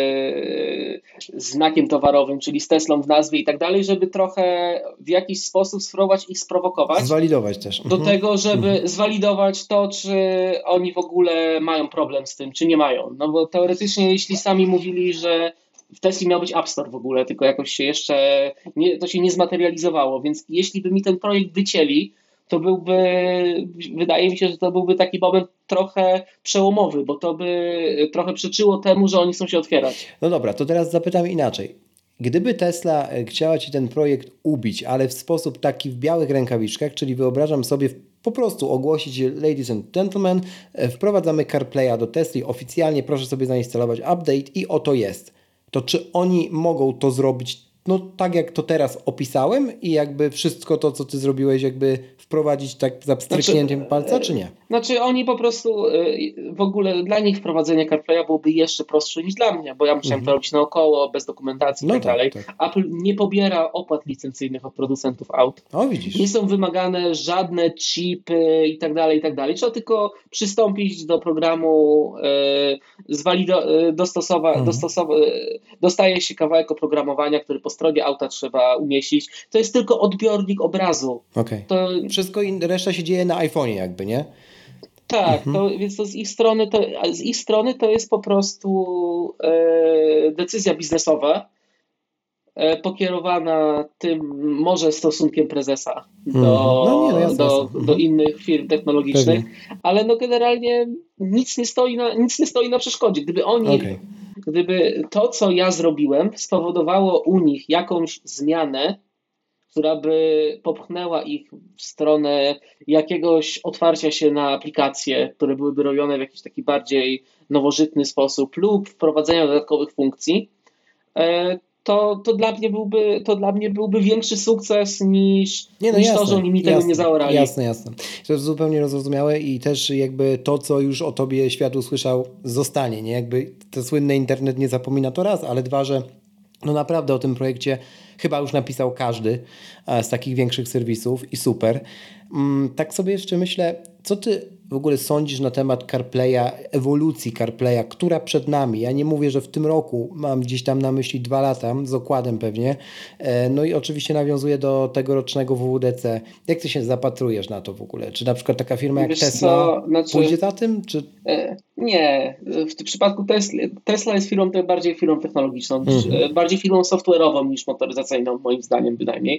znakiem towarowym, czyli z Teslą w nazwie i tak dalej, żeby trochę w jakiś sposób spróbować ich sprowokować. Zwalidować też. Do mhm. tego, żeby mhm. zwalidować to, czy oni w ogóle mają problem z tym, czy nie mają. No bo teoretycznie, jeśli sami mówili, że w Tesli miał być App Store w ogóle, tylko jakoś się jeszcze, nie, to się nie zmaterializowało, więc jeśli by mi ten projekt wycięli, to byłby, wydaje mi się, że to byłby taki moment trochę przełomowy, bo to by trochę przeczyło temu, że oni chcą się otwierać. No dobra, to teraz zapytam inaczej. Gdyby Tesla chciała ci ten projekt ubić, ale w sposób taki w białych rękawiczkach, czyli wyobrażam sobie po prostu ogłosić, ladies and gentlemen, wprowadzamy CarPlaya do Tesli oficjalnie, proszę sobie zainstalować update i oto jest. To czy oni mogą to zrobić no tak jak to teraz opisałem i jakby wszystko to, co ty zrobiłeś, jakby wprowadzić tak za pstryknięciem znaczy, palca, czy nie? Znaczy oni po prostu w ogóle dla nich wprowadzenie CarPlaya byłoby jeszcze prostsze niż dla mnie, bo ja musiałem mhm. to robić naokoło, bez dokumentacji i no tak, tak dalej. Tak. Apple nie pobiera opłat licencyjnych od producentów aut. O, widzisz. Nie są wymagane żadne chipy i tak dalej, i tak dalej. Trzeba tylko przystąpić do programu, e, zwalido, dostosowa, mhm. dostosowa, dostaje się kawałek oprogramowania, który po stronie auta trzeba umieścić. To jest tylko odbiornik obrazu. Okay. To wszystko in, reszta się dzieje na iPhone'ie jakby, nie? Tak, mhm. to, więc to z ich strony to, z ich strony to jest po prostu e, decyzja biznesowa e, pokierowana tym może stosunkiem prezesa do, no nie, no jasne, do, jasne. do innych firm technologicznych, pewnie. Ale no generalnie nic nie stoi na, nic nie stoi na przeszkodzie. Gdyby oni, okay. gdyby to, co ja zrobiłem, spowodowało u nich jakąś zmianę, która by popchnęła ich w stronę jakiegoś otwarcia się na aplikacje, które byłyby robione w jakiś taki bardziej nowożytny sposób lub wprowadzenia dodatkowych funkcji, to, to, dla mnie byłby, to dla mnie byłby większy sukces niż, nie, no niż jasne, to, że oni mi tego jasne, nie zaorali. Jasne, jasne. To jest zupełnie zrozumiałe i też jakby to, co już o tobie świat usłyszał, zostanie. Nie? Jakby ten słynny internet nie zapomina, to raz, ale dwa, że no naprawdę o tym projekcie chyba już napisał każdy z takich większych serwisów i super. Tak sobie jeszcze myślę, co ty w ogóle sądzisz na temat CarPlaya, ewolucji CarPlaya, która przed nami? Ja nie mówię, że w tym roku, mam gdzieś tam na myśli dwa lata, z okładem pewnie. No i oczywiście nawiązuję do tegorocznego W W D C. Jak ty się zapatrujesz na to w ogóle? Czy na przykład taka firma jak Wiesz Tesla co? Znaczy, pójdzie za tym? Czy... Nie, w tym przypadku Tesla, Tesla jest firmą bardziej firmą technologiczną, Mhm. bardziej firmą software'ową niż motoryzacyjną, moim zdaniem bynajmniej,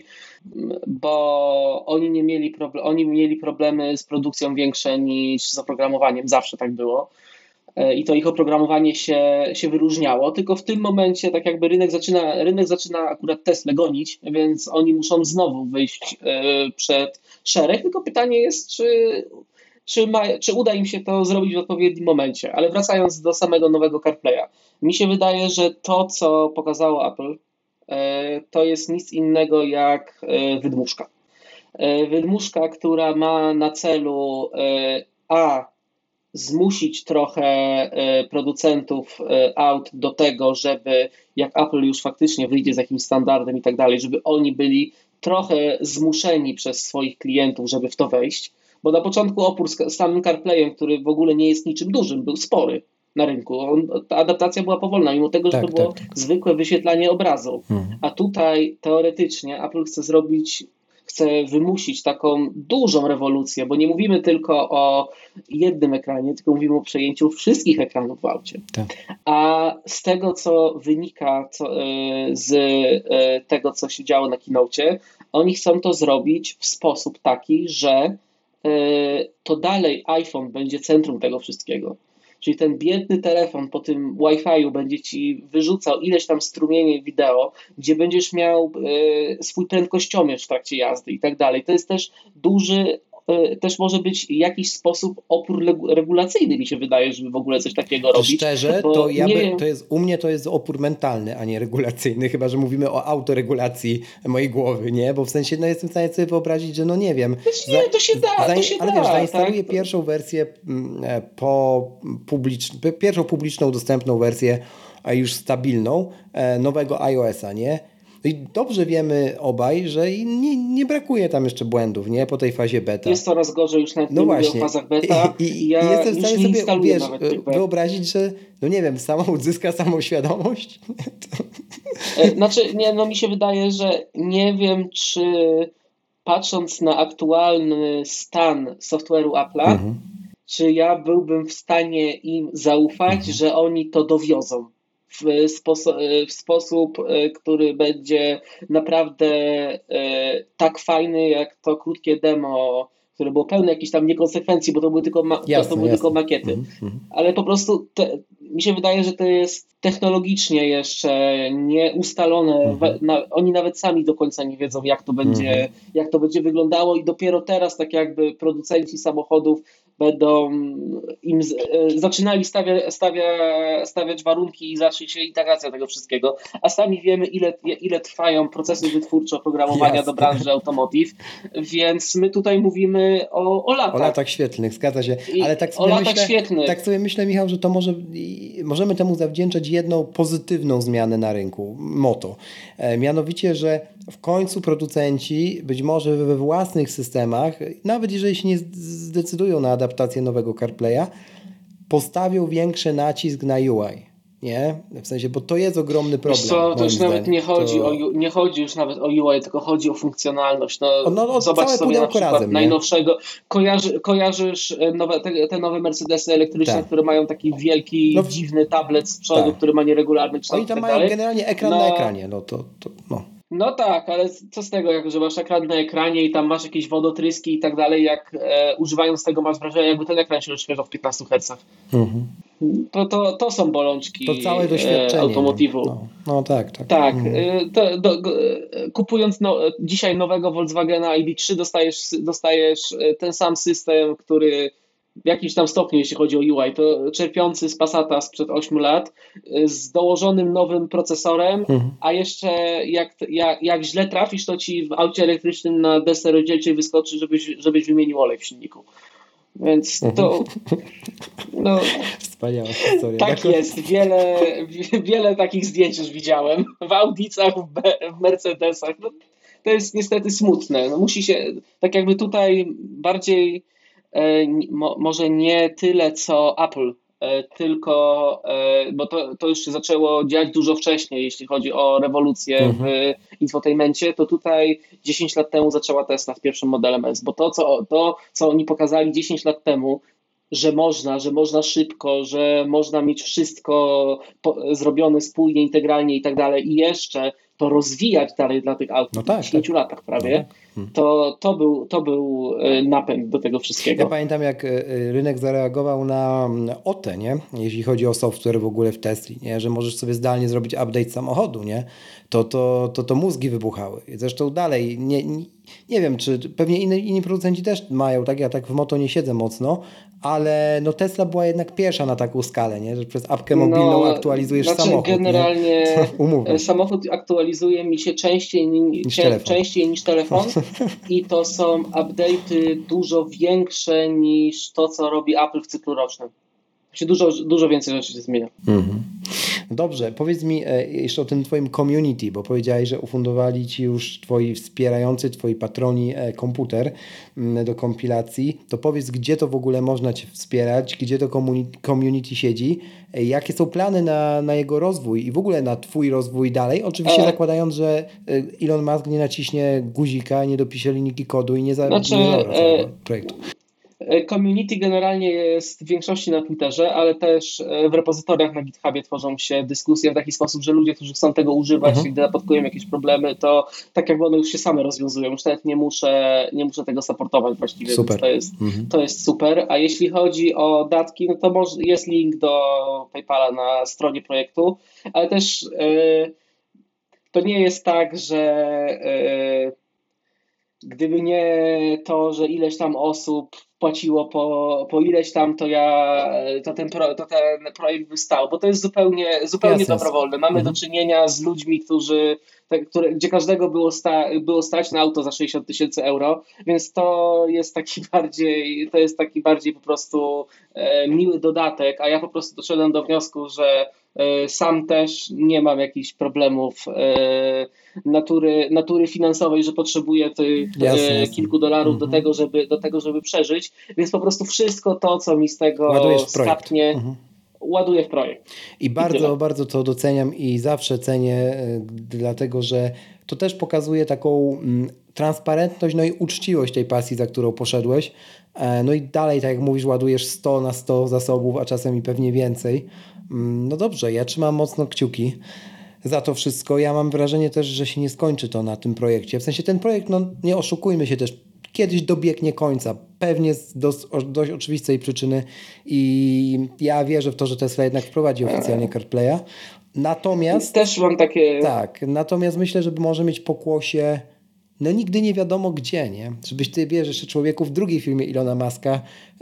bo oni nie mieli, proble- oni mieli problemy z produkcją większe niż z oprogramowaniem, zawsze tak było. I to ich oprogramowanie się, się wyróżniało, tylko w tym momencie tak jakby rynek zaczyna, rynek zaczyna akurat Tesla gonić, więc oni muszą znowu wyjść e, przed szereg, tylko pytanie jest, czy, czy, ma, czy uda im się to zrobić w odpowiednim momencie. Ale wracając do samego nowego CarPlaya, mi się wydaje, że to, co pokazało Apple, e, to jest nic innego jak e, wydmuszka. E, Wydmuszka, która ma na celu e, a zmusić trochę e, producentów e, aut do tego, żeby jak Apple już faktycznie wyjdzie z jakimś standardem i tak dalej, żeby oni byli trochę zmuszeni przez swoich klientów, żeby w to wejść, bo na początku opór z samym CarPlayem, który w ogóle nie jest niczym dużym, był spory na rynku. On, ta adaptacja była powolna, mimo tego, że Tak, to było tak, tak. zwykłe wyświetlanie obrazu. Mhm. A tutaj teoretycznie Apple chce zrobić chce wymusić taką dużą rewolucję, bo nie mówimy tylko o jednym ekranie, tylko mówimy o przejęciu wszystkich ekranów w aucie. Tak. A z tego, co wynika co, e, z e, tego, co się działo na keynocie, oni chcą to zrobić w sposób taki, że e, to dalej iPhone będzie centrum tego wszystkiego. Czyli ten biedny telefon po tym Wi-Fiu będzie ci wyrzucał ileś tam strumienie wideo, gdzie będziesz miał e, swój prędkościomierz w trakcie jazdy i tak dalej. To jest też duży, e, też może być jakiś sposób opór regulacyjny, mi się wydaje, żeby w ogóle coś takiego robić. Szczerze, bo to, ja nie by, wiem, to jest, u mnie to jest opór mentalny, a nie regulacyjny, chyba że mówimy o autoregulacji mojej głowy, nie? Bo w sensie no, jestem w stanie sobie wyobrazić, że no nie wiem. Znaczy nie, to się da, za, to się ale da, wiesz, zainstaluję tak? pierwszą wersję po publicz, pierwszą publiczną, dostępną wersję, a już stabilną, nowego iOS-a, nie? I dobrze wiemy obaj, że nie, nie brakuje tam jeszcze błędów, nie? Po tej fazie beta. Jest coraz gorzej, już nawet No nie właśnie. mówię o fazach beta. I, i, ja i jestem w już stanie nie sobie, instaluję wiesz, nawet tych bet. wyobrazić, że no nie wiem, samochód zyska samoświadomość. Znaczy, nie, no mi się wydaje, że nie wiem, czy patrząc na aktualny stan software'u Apple'a, Mhm. czy ja byłbym w stanie im zaufać, Mhm. że oni to dowiozą w, sposo- w sposób, który będzie naprawdę e, tak fajny, jak to krótkie demo, które było pełne jakichś tam niekonsekwencji, bo to były tylko, ma- Jasne, to były jasne. tylko makiety. Mhm. Ale po prostu te, mi się wydaje, że to jest technologicznie jeszcze nieustalone. Mhm. Na, oni nawet sami do końca nie wiedzą, jak to będzie, Mhm. jak to będzie wyglądało i dopiero teraz tak jakby producenci samochodów będą im z, e, zaczynali stawia, stawia, stawiać warunki i zacznie się integracja tego wszystkiego, a sami wiemy, ile, ile trwają procesy wytwórcze oprogramowania Jasne. do branży automotive, więc my tutaj mówimy o, o latach. O latach świetlnych, zgadza się. I Ale tak o sobie, latach myślę, świetnych. tak sobie myślę, Michał, że to może i możemy temu zawdzięczać jedną pozytywną zmianę na rynku, moto. E, mianowicie, że w końcu producenci być może we własnych systemach, nawet jeżeli się nie zdecydują na adaptację nowego CarPlaya, postawią większy nacisk na U I. Nie? W sensie, bo to jest ogromny problem. Wiesz co, to już zdaniem. nawet nie chodzi, to... o, nie chodzi już nawet o U I, tylko chodzi o funkcjonalność. No, o, no, no, zobacz sobie na przykład razem, najnowszego. Kojarzy, kojarzysz nowe, te, te nowe Mercedesy elektryczne, tak. które mają taki wielki, no, dziwny tablet z przodu, tak. który ma nieregularny kształt. Oni tam tak mają dalej. generalnie ekran no, na ekranie. No to, to no. No tak, ale co z tego, jak że masz ekran na ekranie i tam masz jakieś wodotryski i tak dalej, jak e, używając tego masz wrażenie, jakby ten ekran się rozświeżał w piętnastu hercach. Mhm. To, to, to są bolączki to całe doświadczenie, e, automotywu. No, no tak, tak. Tak, mhm. to, do, do, kupując no, dzisiaj nowego Volkswagena I D trzy dostajesz, dostajesz ten sam system, który w jakimś tam stopniu, jeśli chodzi o U I, to czerpiący z Passata sprzed ośmiu lat, z dołożonym nowym procesorem, mhm. a jeszcze jak, jak, jak źle trafisz, to ci w aucie elektrycznym na desce rozdzielczej wyskoczy, żebyś, żebyś wymienił olej w silniku. Więc to... No, wspaniała historia. Tak jest. Wiele, wiele takich zdjęć już widziałem w Audicach, w, B, w Mercedesach. No, to jest niestety smutne. No, musi się, tak jakby tutaj bardziej e, mo, może nie tyle co Apple, e, tylko, e, bo to, to już się zaczęło dziać dużo wcześniej, jeśli chodzi o rewolucję mhm. w infotainmencie, to tutaj dziesięć lat temu zaczęła Tesla z pierwszym modelem S, bo to co, to, co oni pokazali dziesięć lat temu, że można, że można szybko, że można mieć wszystko po, zrobione spójnie, integralnie i tak dalej i jeszcze to rozwijać dalej dla tych aut No w tak, dziesięciu tak. latach prawie, No tak. Hmm. to, to, był, to był e, napęd do tego wszystkiego. Ja pamiętam, jak e, rynek zareagował na mm, O T E, nie? Jeśli chodzi o software w ogóle w Tesli, nie? Że możesz sobie zdalnie zrobić update samochodu, nie? To, to, to, to mózgi wybuchały. Zresztą dalej, nie, nie, nie wiem, czy pewnie inni, inni producenci też mają, tak? Ja tak w moto nie siedzę mocno, ale no Tesla była jednak pierwsza na taką skalę, nie? Że przez apkę mobilną No, aktualizujesz znaczy samochód. generalnie Umówmy. samochód aktualizuje mi się częściej niż, telefon. częściej niż telefon i to są update'y dużo większe niż to, co robi Apple w cyklu rocznym. Dużo, dużo więcej rzeczy się zmienia. Mhm. Dobrze, powiedz mi jeszcze o tym twoim community, bo powiedziałeś, że ufundowali ci już twoi wspierający, twoi patroni komputer do kompilacji. To powiedz, gdzie to w ogóle można cię wspierać, gdzie to community siedzi, jakie są plany na, na jego rozwój i w ogóle na twój rozwój dalej, oczywiście e... zakładając, że Elon Musk nie naciśnie guzika, nie dopisze linijki kodu i nie zarobi znaczy, e... projektu. Community generalnie jest w większości na Twitterze, ale też w repozytoriach na GitHubie tworzą się dyskusje w taki sposób, że ludzie, którzy chcą tego używać uh-huh. i gdy napotkują jakieś problemy, to tak jakby one już się same rozwiązują. Już nawet nie muszę, nie muszę tego supportować właściwie, super. Więc to jest, uh-huh. to jest super. A jeśli chodzi o datki, no to może, jest link do PayPala na stronie projektu, ale też yy, to nie jest tak, że yy, gdyby nie to, że ileś tam osób płaciło po, po ileś tam, to ja to ten, pro, to ten projekt by stał, bo to jest zupełnie, zupełnie yes, dobrowolne. Mamy mhm. do czynienia z ludźmi, którzy, te, które, gdzie każdego było, sta, było stać na auto za sześćdziesiąt tysięcy euro, więc to jest taki bardziej, to jest taki bardziej po prostu e, miły dodatek, a ja po prostu doszedłem do wniosku, że e, sam też nie mam jakichś problemów e, natury, natury finansowej, że potrzebuję tych jasne, e, jasne. kilku dolarów mhm. do tego, żeby, do tego, żeby przeżyć. Więc po prostu wszystko to, co mi z tego skapnie, mhm. ładuję w projekt. I bardzo, I bardzo to doceniam i zawsze cenię, dlatego że to też pokazuje taką transparentność, no i uczciwość tej pasji, za którą poszedłeś. No i dalej, tak jak mówisz, ładujesz sto na sto zasobów, a czasem i pewnie więcej. No dobrze, ja trzymam mocno kciuki za to wszystko. Ja mam wrażenie też, że się nie skończy to na tym projekcie. W sensie ten projekt, no nie oszukujmy się też, kiedyś dobiegnie końca. Pewnie z dość, dość oczywistej przyczyny i ja wierzę w to, że Tesla jednak wprowadzi oficjalnie CarPlaya. Natomiast... Też mam takie... Tak, natomiast myślę, że może mieć pokłosie no nigdy nie wiadomo gdzie, nie? Żebyś ty, wiesz, jeszcze człowieku w drugiej filmie Ilona Muska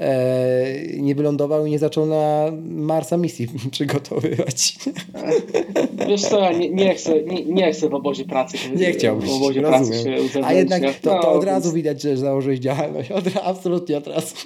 e, nie wylądował i nie zaczął na Marsa misji przygotowywać. Wiesz co, ja nie, nie, chcę, nie, nie chcę w obozie pracy. Nie chciałbyś, w obozie rozumiem. Pracy się uzewnętrzniać. A jednak to, to no, od razu więc... widać, że założyłeś działalność. Od, absolutnie od razu.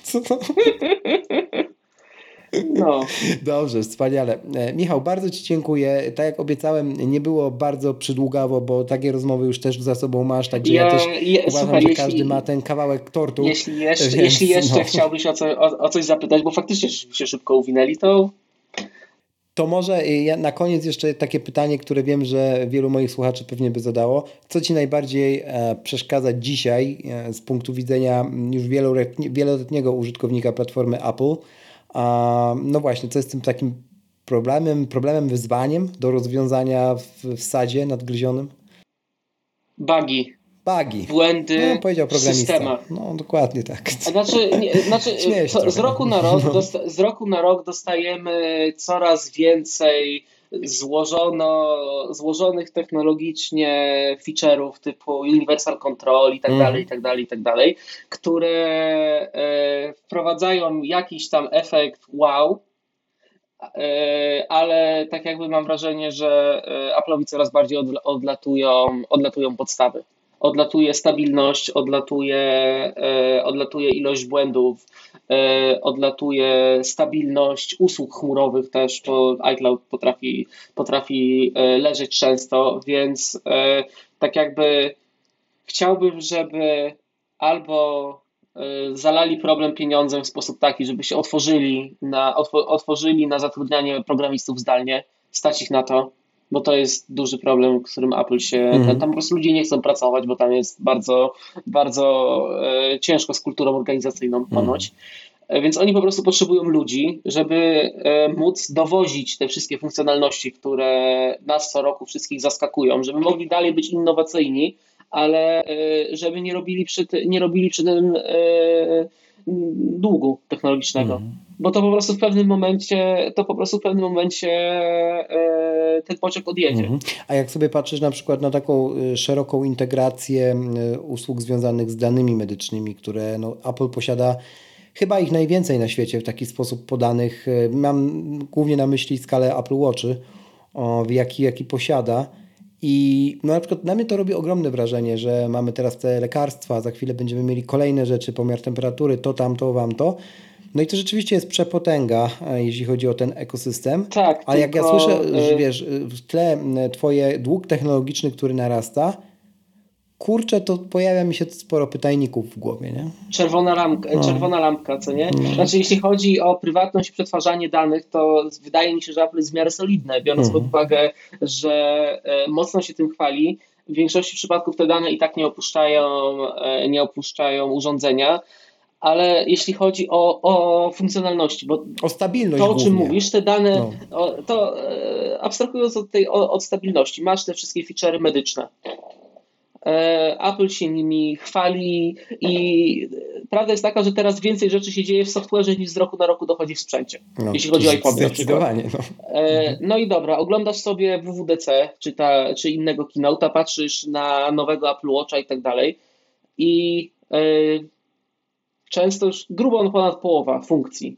No. Dobrze, wspaniale. Michał, bardzo Ci dziękuję. Tak jak obiecałem, nie było bardzo przydługawo, bo takie rozmowy już też za sobą masz, także ja, ja też je, uważam, słuchaj, że jeśli, każdy ma ten kawałek tortu. Jeśli jeszcze, więc, jeśli jeszcze no. chciałbyś o, co, o, o coś zapytać, bo faktycznie się szybko uwinęli, to... To może ja na koniec jeszcze takie pytanie, które wiem, że wielu moich słuchaczy pewnie by zadało. Co Ci najbardziej e, przeszkadza dzisiaj e, z punktu widzenia już wieloletniego użytkownika platformy Apple? A, no właśnie, co jest tym takim problemem, problemem, wyzwaniem do rozwiązania w, w sadzie nadgryzionym? Bugi. Bugi. Błędy no, powiedział w systemach. No dokładnie tak. A znaczy, nie, znaczy to, z, roku na rok no. dosta, z roku na rok dostajemy coraz więcej złożono, złożonych technologicznie feature'ów typu Universal Control i tak mm. dalej, i tak dalej, i tak dalej, które e, wprowadzają jakiś tam efekt wow, e, ale tak jakby mam wrażenie, że Apple'owi coraz bardziej odla, odlatują, odlatują podstawy. Odlatuje stabilność, odlatuje, e, odlatuje ilość błędów, e, odlatuje stabilność usług chmurowych też, bo iCloud potrafi, potrafi e, leżeć często, więc e, tak jakby chciałbym, żeby albo e, zalali problem pieniądzem w sposób taki, żeby się otworzyli na, otw- otworzyli na zatrudnianie programistów zdalnie, stać ich na to, bo to jest duży problem, z którym Apple się... Mm. Tam po prostu ludzie nie chcą pracować, bo tam jest bardzo, bardzo e, ciężko z kulturą organizacyjną ponoć. Więc oni po prostu potrzebują ludzi, żeby móc dowozić te wszystkie funkcjonalności, które nas co roku wszystkich zaskakują, żeby mogli dalej być innowacyjni, ale żeby nie robili przy, nie robili przy tym długu technologicznego. Mm. Bo to po prostu w pewnym momencie, to po prostu w pewnym momencie ten pociąg odjedzie. Mm. A jak sobie patrzysz na przykład na taką szeroką integrację usług związanych z danymi medycznymi, które no, Apple posiada chyba ich najwięcej na świecie w taki sposób podanych. Mam głównie na myśli skalę Apple Watchy, o, jaki, jaki posiada. I no na przykład na mnie to robi ogromne wrażenie, że mamy teraz te lekarstwa, za chwilę będziemy mieli kolejne rzeczy, pomiar temperatury, to, tamto, wamto. No i to rzeczywiście jest przepotęga, jeśli chodzi o ten ekosystem. Tak, ale tylko, jak ja słyszę, że wiesz, w tle twoje dług technologiczny, który narasta, kurczę, to pojawia mi się sporo pytajników w głowie, nie? Czerwona lampka, no. czerwona lampka, co nie? Znaczy, jeśli chodzi o prywatność i przetwarzanie danych, to wydaje mi się, że Apple jest w miarę solidne, biorąc mhm. pod uwagę, że mocno się tym chwali. W większości przypadków te dane i tak nie opuszczają, nie opuszczają urządzenia. Ale jeśli chodzi o, o funkcjonalności, bo o stabilność to, o czym głównie. mówisz, te dane, no. to abstrahując od tej od stabilności, masz te wszystkie feature'y medyczne. Apple się nimi chwali i prawda jest taka, że teraz więcej rzeczy się dzieje w software'ze niż z roku na roku dochodzi w sprzęcie, no, jeśli chodzi o iPhone na przykład. No. no i dobra, oglądasz sobie W W D C czy, ta, czy innego keynote'a, patrzysz na nowego Apple Watcha i tak dalej i yy, często już grubo ponad połowa funkcji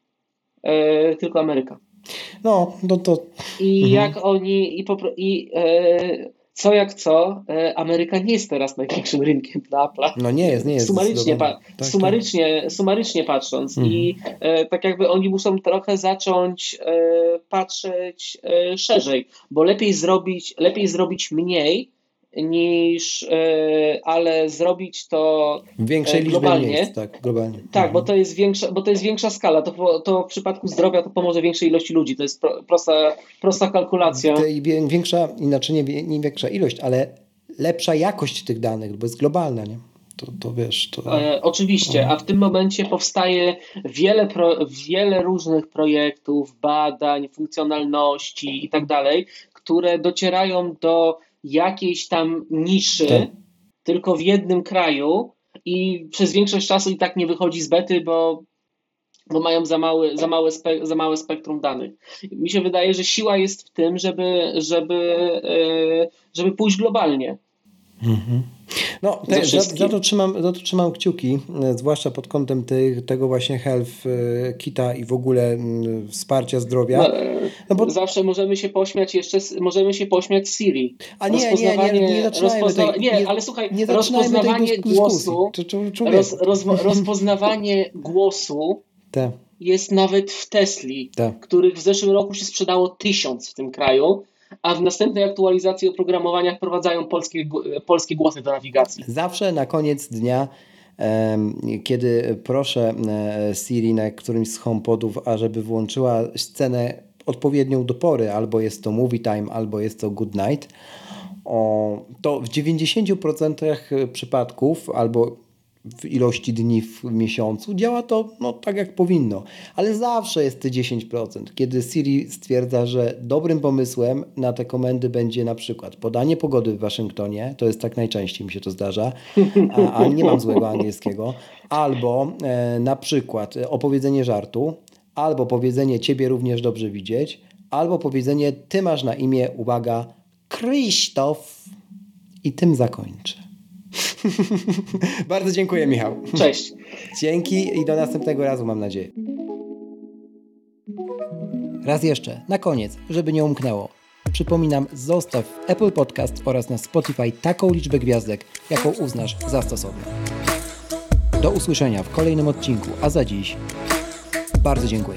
yy, tylko Ameryka. No, no to... I mhm. jak oni i, popro- i yy, co jak co, Ameryka nie jest teraz największym rynkiem dla Apple'a. No nie jest, nie jest. Sumarycznie, pa- tak, sumarycznie, tak. sumarycznie patrząc. Mhm. I e, tak jakby oni muszą trochę zacząć e, patrzeć e, szerzej, bo lepiej zrobić, lepiej zrobić mniej niż, e, ale zrobić to w większej globalnie. liczbie miejsc, tak, globalnie. Tak, mhm. bo to jest większa, bo to jest większa skala. To, to w przypadku zdrowia to pomoże większej ilości ludzi. To jest pro, prosta, prosta kalkulacja. To większa, inaczej nie, nie większa ilość, ale lepsza jakość tych danych, bo jest globalna, nie? To, to wiesz. To... E, oczywiście, a w tym momencie powstaje wiele, pro, wiele różnych projektów, badań, funkcjonalności i tak dalej, które docierają do jakiejś tam niszy, tak. tylko w jednym kraju i przez większość czasu i tak nie wychodzi z bety, bo, bo mają za, mały, za, małe spe, za małe spektrum danych. Mi się wydaje, że siła jest w tym, żeby, żeby, żeby pójść globalnie. Mhm. No, te, za, za, to trzymam, za to trzymam kciuki, zwłaszcza pod kątem tych, tego właśnie Health Kita i w ogóle wsparcia zdrowia. No, no bo... Zawsze możemy się pośmiać jeszcze, możemy się pośmiać z Siri. A nie, nie, nie, nie zaczynajmy rozpozna... tej, nie, nie, ale słuchaj, nie rozpoznawanie głosu, roz, roz, rozpoznawanie głosu Te. jest nawet w Tesli, Te. których w zeszłym roku się sprzedało tysiąc w tym kraju, a w następnej aktualizacji oprogramowania wprowadzają polskie, polskie głosy do nawigacji. Zawsze na koniec dnia, kiedy proszę Siri na którymś z HomePodów, ażeby włączyła scenę odpowiednią do pory, albo jest to Movie Time, albo jest to Good Night, to w dziewięćdziesięciu procentach przypadków, albo w ilości dni w miesiącu działa to no, tak jak powinno, ale zawsze jest te dziesięć procent, kiedy Siri stwierdza, że dobrym pomysłem na te komendy będzie na przykład podanie pogody w Waszyngtonie, to jest tak najczęściej mi się to zdarza, a, a nie mam złego angielskiego, albo e, na przykład opowiedzenie żartu, albo powiedzenie ciebie również dobrze widzieć, albo powiedzenie ty masz na imię, uwaga, Krzysztof i tym zakończę. Bardzo dziękuję, Michał. Cześć. Dzięki i do następnego razu, mam nadzieję. Raz jeszcze, na koniec, żeby nie umknęło. Przypominam, zostaw w Apple Podcast oraz na Spotify taką liczbę gwiazdek, jaką uznasz za stosowną. Do usłyszenia w kolejnym odcinku, a za dziś bardzo dziękuję.